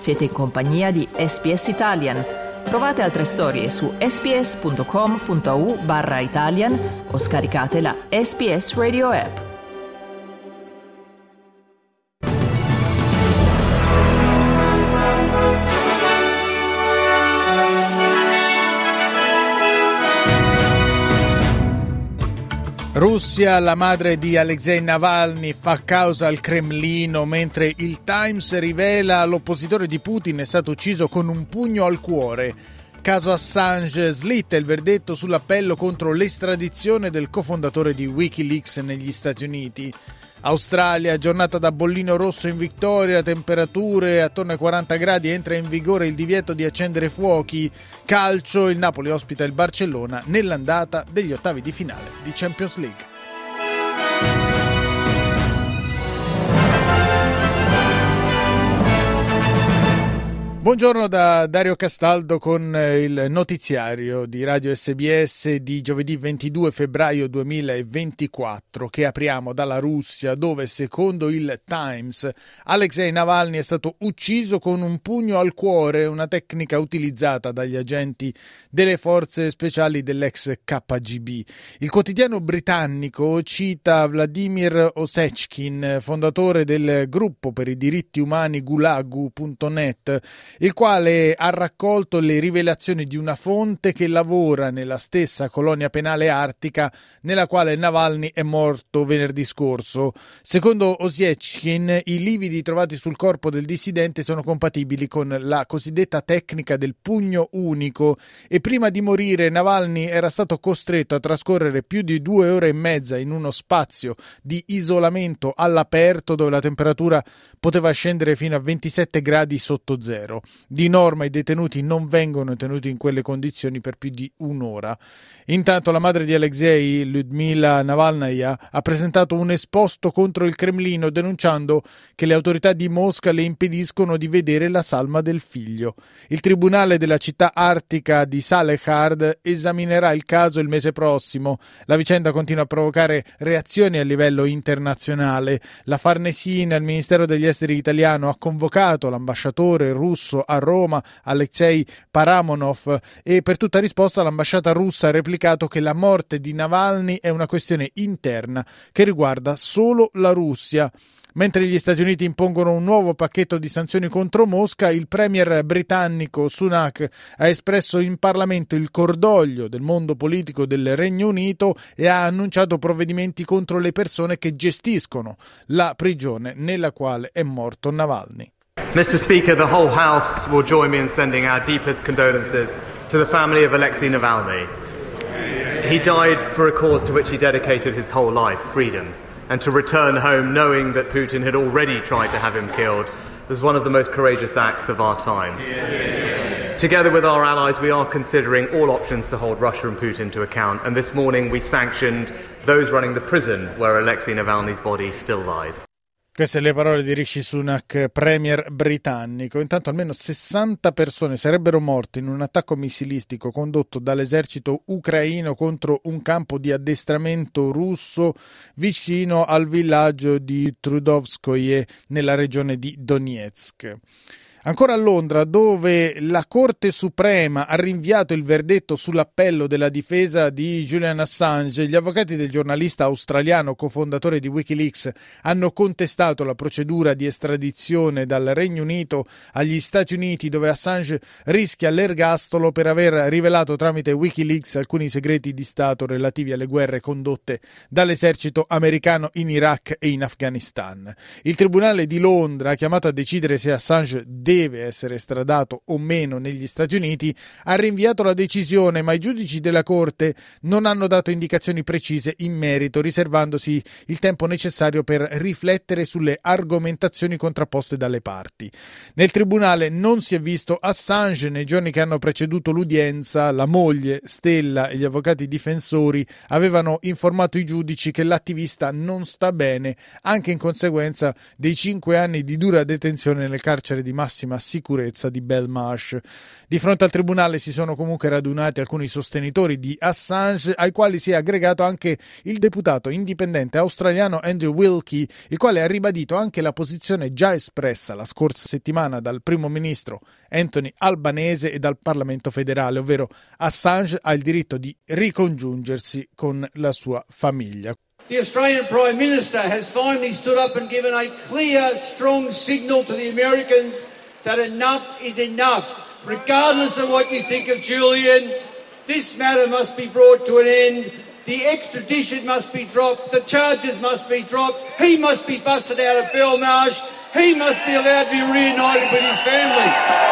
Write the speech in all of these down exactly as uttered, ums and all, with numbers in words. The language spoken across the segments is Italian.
Siete in compagnia di S B S Italian. Trovate altre storie su sbs.com.au barra Italian o scaricate la S B S Radio app. Russia, la madre di Alexei Navalny fa causa al Cremlino, mentre il Times rivela l'oppositore di Putin è stato ucciso con un pugno al cuore. Caso Assange, slitta il verdetto sull'appello contro l'estradizione del cofondatore di Wikileaks negli Stati Uniti. Australia, giornata da bollino rosso in Victoria, temperature attorno ai quaranta gradi, entra in vigore il divieto di accendere fuochi. Calcio, il Napoli ospita il Barcellona nell'andata degli ottavi di finale di Champions League. Buongiorno da Dario Castaldo con il notiziario di Radio S B S di giovedì ventidue febbraio duemilaventiquattro, che apriamo dalla Russia, dove secondo il Times Alexei Navalny è stato ucciso con un pugno al cuore, una tecnica utilizzata dagli agenti delle forze speciali dell'ex K G B. Il quotidiano britannico cita Vladimir Osechkin, fondatore del gruppo per i diritti umani Gulagu punto net, il quale ha raccolto le rivelazioni di una fonte che lavora nella stessa colonia penale artica nella quale Navalny è morto venerdì scorso. Secondo Osechkin, i lividi trovati sul corpo del dissidente sono compatibili con la cosiddetta tecnica del pugno unico e prima di morire Navalny era stato costretto a trascorrere più di due ore e mezza in uno spazio di isolamento all'aperto dove la temperatura poteva scendere fino a ventisette gradi sotto zero. Di norma i detenuti non vengono tenuti in quelle condizioni per più di un'ora. Intanto la madre di Alexei, Lyudmila Navalnaya, ha presentato un esposto contro il Cremlino denunciando che le autorità di Mosca le impediscono di vedere la salma del figlio. Il tribunale della città artica di Salehard esaminerà il caso il mese prossimo. La vicenda continua a provocare reazioni a livello internazionale. La Farnesina, il Ministero degli Esteri italiano, ha convocato l'ambasciatore russo a Roma, Alexei Paramonov, e per tutta risposta l'ambasciata russa ha replicato che la morte di Navalny è una questione interna che riguarda solo la Russia. Mentre gli Stati Uniti impongono un nuovo pacchetto di sanzioni contro Mosca, il premier britannico Sunak ha espresso in Parlamento il cordoglio del mondo politico del Regno Unito e ha annunciato provvedimenti contro le persone che gestiscono la prigione nella quale è morto Navalny. Mister Speaker, the whole House will join me in sending our deepest condolences to the family of Alexei Navalny. He died for a cause to which he dedicated his whole life, freedom, and to return home knowing that Putin had already tried to have him killed was one of the most courageous acts of our time. Together with our allies, we are considering all options to hold Russia and Putin to account, and this morning we sanctioned those running the prison where Alexei Navalny's body still lies. Queste le parole di Rishi Sunak, premier britannico. Intanto almeno sessanta persone sarebbero morte in un attacco missilistico condotto dall'esercito ucraino contro un campo di addestramento russo vicino al villaggio di Trudovskoye nella regione di Donetsk. Ancora a Londra, dove la Corte Suprema ha rinviato il verdetto sull'appello della difesa di Julian Assange, gli avvocati del giornalista australiano cofondatore di Wikileaks hanno contestato la procedura di estradizione dal Regno Unito agli Stati Uniti, dove Assange rischia l'ergastolo per aver rivelato tramite Wikileaks alcuni segreti di Stato relativi alle guerre condotte dall'esercito americano in Iraq e in Afghanistan. Il Tribunale di Londra, chiamato a decidere se Assange deve deve essere estradato o meno negli Stati Uniti, ha rinviato la decisione, ma i giudici della Corte non hanno dato indicazioni precise in merito, riservandosi il tempo necessario per riflettere sulle argomentazioni contrapposte dalle parti. Nel tribunale non si è visto Assange. Nei giorni che hanno preceduto l'udienza, la moglie, Stella, e gli avvocati difensori avevano informato i giudici che l'attivista non sta bene, anche in conseguenza dei cinque anni di dura detenzione nel carcere di massimo massima sicurezza di Belmarsh. Di fronte al tribunale si sono comunque radunati alcuni sostenitori di Assange, ai quali si è aggregato anche il deputato indipendente australiano Andrew Wilkie, il quale ha ribadito anche la posizione già espressa la scorsa settimana dal primo ministro Anthony Albanese e dal Parlamento federale, ovvero Assange ha il diritto di ricongiungersi con la sua famiglia. The Australian Prime Minister has finally stood up and given a clear, strong signal to the Americans that enough is enough. Regardless of what you think of Julian, this matter must be brought to an end. The extradition must be dropped. The charges must be dropped. He must be busted out of Belmarsh. He must be allowed to be reunited with his family.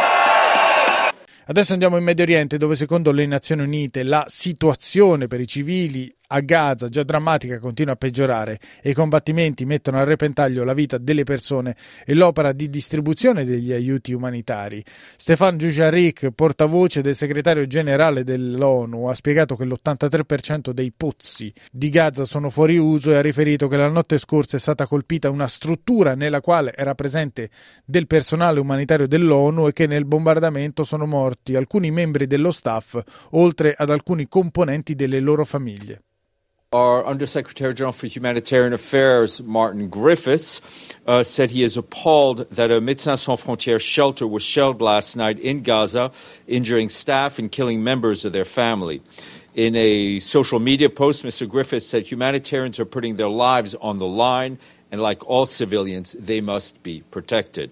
Adesso andiamo in Medio Oriente, dove secondo le Nazioni Unite la situazione per i civili a Gaza, già drammatica, continua a peggiorare e i combattimenti mettono a repentaglio la vita delle persone e l'opera di distribuzione degli aiuti umanitari. Stefan Dujarric, portavoce del segretario generale dell'ONU, ha spiegato che l'ottantatré per cento dei pozzi di Gaza sono fuori uso e ha riferito che la notte scorsa è stata colpita una struttura nella quale era presente del personale umanitario dell'ONU e che nel bombardamento sono morti alcuni membri dello staff, oltre ad alcuni componenti delle loro famiglie. Our Undersecretary General for Humanitarian Affairs, Martin Griffiths, uh, said he is appalled that a Médecins Sans Frontières shelter was shelled last night in Gaza, injuring staff and killing members of their family. In a social media post, Mister Griffiths said humanitarians are putting their lives on the line, and like all civilians, they must be protected.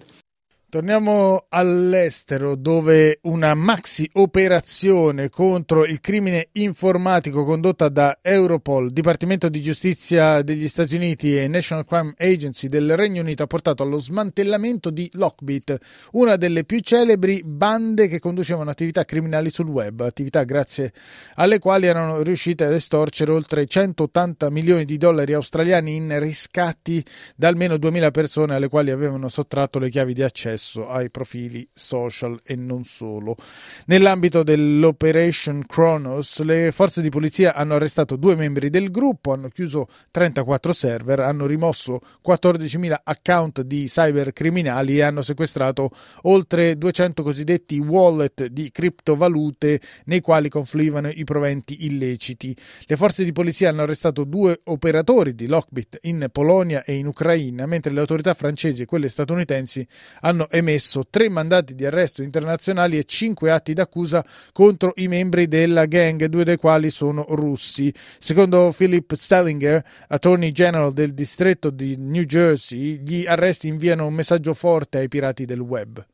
Torniamo all'estero, dove una maxi operazione contro il crimine informatico condotta da Europol, Dipartimento di Giustizia degli Stati Uniti e National Crime Agency del Regno Unito ha portato allo smantellamento di Lockbit, una delle più celebri bande che conducevano attività criminali sul web, attività grazie alle quali erano riuscite ad estorcere oltre centottanta milioni di dollari australiani in riscatti da almeno duemila persone alle quali avevano sottratto le chiavi di accesso ai profili social e non solo. Nell'ambito dell'Operation Kronos, le forze di polizia hanno arrestato due membri del gruppo, hanno chiuso trentaquattro server, hanno rimosso quattordicimila account di cybercriminali e hanno sequestrato oltre duecento cosiddetti wallet di criptovalute nei quali confluivano i proventi illeciti. Le forze di polizia hanno arrestato due operatori di Lockbit in Polonia e in Ucraina, mentre le autorità francesi e quelle statunitensi hanno emesso tre mandati di arresto internazionali e cinque atti d'accusa contro i membri della gang, due dei quali sono russi. Secondo Philip Stellinger, Attorney General del distretto di New Jersey, gli arresti inviano un messaggio forte ai pirati del web.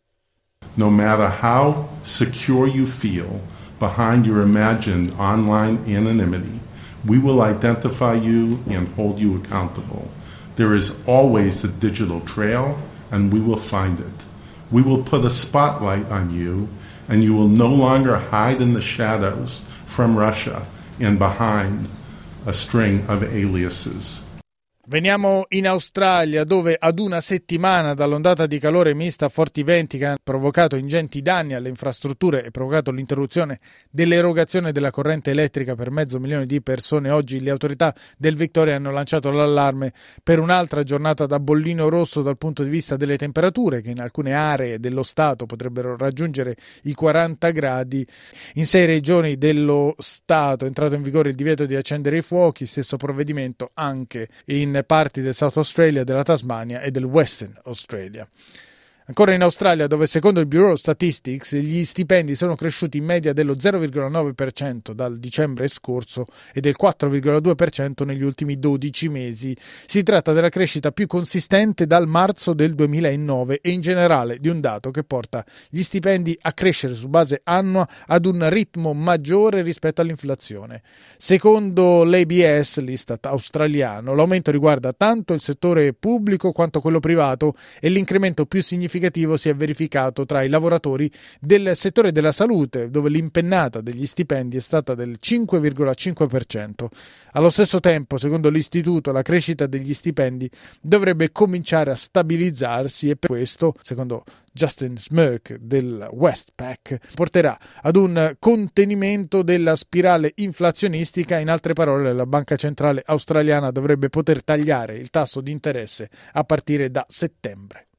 No matter how secure you feel behind your imagined online anonymity, we will identify you and hold you accountable. There is always the digital trail, and we will find it. We will put a spotlight on you, and you will no longer hide in the shadows from Russia and behind a string of aliases. Veniamo in Australia, dove ad una settimana dall'ondata di calore mista a forti venti che hanno provocato ingenti danni alle infrastrutture e provocato l'interruzione dell'erogazione della corrente elettrica per mezzo milione di persone, oggi le autorità del Victoria hanno lanciato l'allarme per un'altra giornata da bollino rosso dal punto di vista delle temperature, che in alcune aree dello Stato potrebbero raggiungere i quaranta gradi. In sei regioni dello Stato è entrato in vigore il divieto di accendere i fuochi, stesso provvedimento anche in parti del South Australia, della Tasmania e del Western Australia. Ancora in Australia, dove secondo il Bureau of Statistics gli stipendi sono cresciuti in media dello zero virgola nove per cento dal dicembre scorso e del quattro virgola due per cento negli ultimi dodici mesi. Si tratta della crescita più consistente dal marzo del duemilanove e in generale di un dato che porta gli stipendi a crescere su base annua ad un ritmo maggiore rispetto all'inflazione. Secondo l'A B S, l'Istat australiano, l'aumento riguarda tanto il settore pubblico quanto quello privato e l'incremento più significativo si è verificato tra i lavoratori del settore della salute, dove l'impennata degli stipendi è stata del cinque virgola cinque per cento. Allo stesso tempo, secondo l'istituto, la crescita degli stipendi dovrebbe cominciare a stabilizzarsi e per questo, secondo Justin Smirk del Westpac, porterà ad un contenimento della spirale inflazionistica. In altre parole, la Banca Centrale Australiana dovrebbe poter tagliare il tasso di interesse a partire da settembre.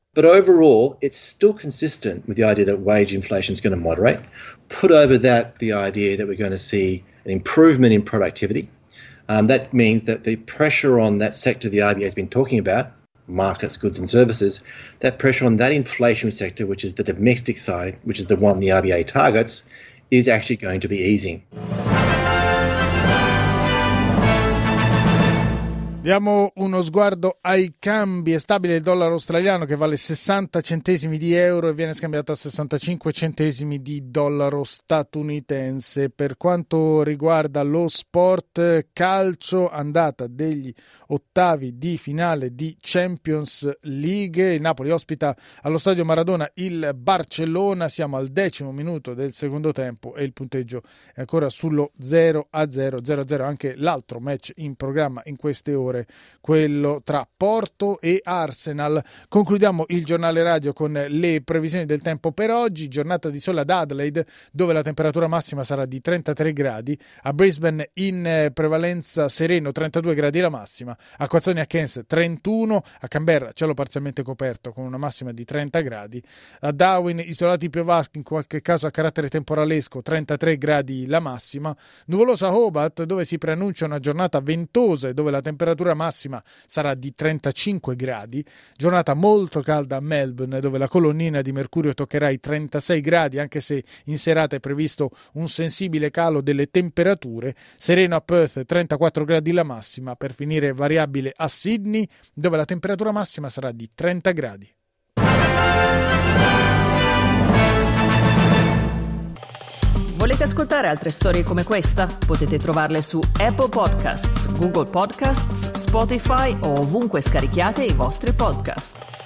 But overall, it's still consistent with the idea that wage inflation is going to moderate. Put over that the idea that we're going to see an improvement in productivity. Um, that means that the pressure on that sector the R B A has been talking about, markets, goods and services, that pressure on that inflationary sector, which is the domestic side, which is the one the R B A targets, is actually going to be easing. Diamo uno sguardo ai cambi. È stabile il dollaro australiano che vale sessanta centesimi di euro e viene scambiato a sessantacinque centesimi di dollaro statunitense. Per quanto riguarda lo sport calcio, andata degli ottavi di finale di Champions League. Il Napoli ospita allo Stadio Maradona il Barcellona. Siamo al decimo minuto del secondo tempo e il punteggio è ancora sullo zero a zero, zero a zero. Anche l'altro match in programma in queste ore, quello tra Porto e Arsenal. Concludiamo il giornale radio con le previsioni del tempo per oggi. Giornata di sole ad Adelaide, dove la temperatura massima sarà di trentatré gradi, a Brisbane in prevalenza sereno trentadue gradi la massima, a Quazzoni a Cairns trentuno, a Canberra cielo parzialmente coperto con una massima di trenta gradi, a Darwin isolati piovaschi in qualche caso a carattere temporalesco trentatré gradi la massima, nuvolosa a Hobart dove si preannuncia una giornata ventosa e dove la temperatura massima sarà di trentacinque gradi, giornata molto calda a Melbourne dove la colonnina di mercurio toccherà i trentasei gradi anche se in serata è previsto un sensibile calo delle temperature, sereno a Perth trentaquattro gradi la massima, per finire variabile a Sydney dove la temperatura massima sarà di trenta gradi. Volete ascoltare altre storie come questa? Potete trovarle su Apple Podcasts, Google Podcasts, Spotify o ovunque scarichiate i vostri podcast.